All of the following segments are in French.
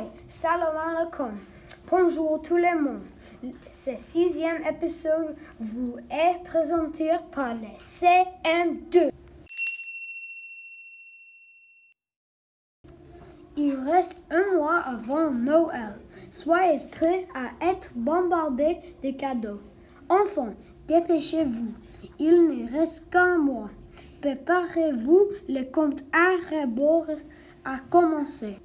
salam alaikum. Bonjour tout le monde. Ce 6e épisode vous est présenté par le CM2. Il reste un mois avant Noël. Soyez prêts à être bombardés de cadeaux. Enfants, dépêchez-vous. Il ne reste qu'un mois. Préparez-vous, le compte à rebours a commencé.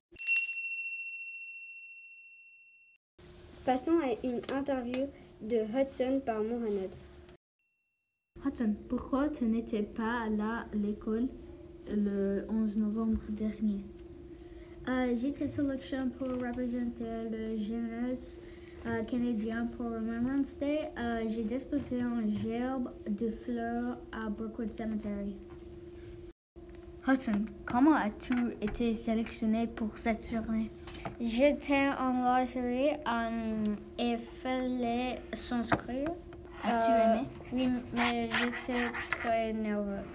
Passons à une interview de Hudson par Mohamed. Hudson, pourquoi tu n'étais pas là à l'école le 11 novembre dernier? J'étais sélectionné pour représenter le jeunesse canadien pour Remembrance Day. J'ai déposé un gerbe de fleurs à Brookwood Cemetery. Hudson, comment as-tu été sélectionné pour cette journée? J'étais en loterie et fallait s'inscrire. As-tu aimé? Oui, mais j'étais très nerveux.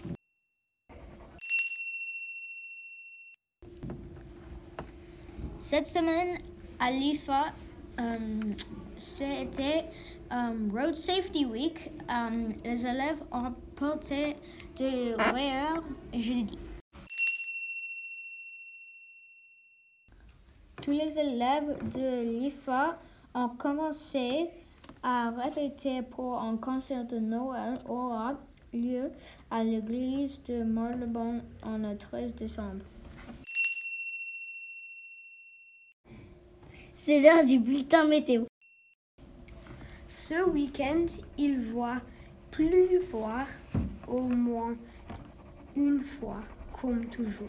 Cette semaine à l'IFA, c'était Road Safety Week. Les élèves ont porté de l'heure jeudi. Tous les élèves de l'IFA ont commencé à répéter pour un concert de Noël aura lieu à l'église de Marylebone le 13 décembre. C'est l'heure du bulletin météo. Ce week-end, il va pleuvoir au moins une fois, comme toujours.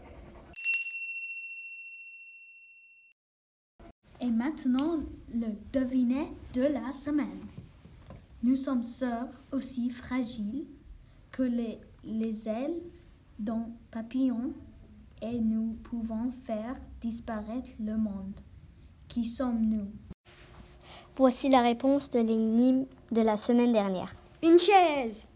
Et maintenant, le deviné de la semaine. Nous sommes sœurs aussi fragiles que les ailes d'un papillon et nous pouvons faire disparaître le monde. Qui sommes-nous? Voici la réponse de l'énigme de la semaine dernière. Une chaise.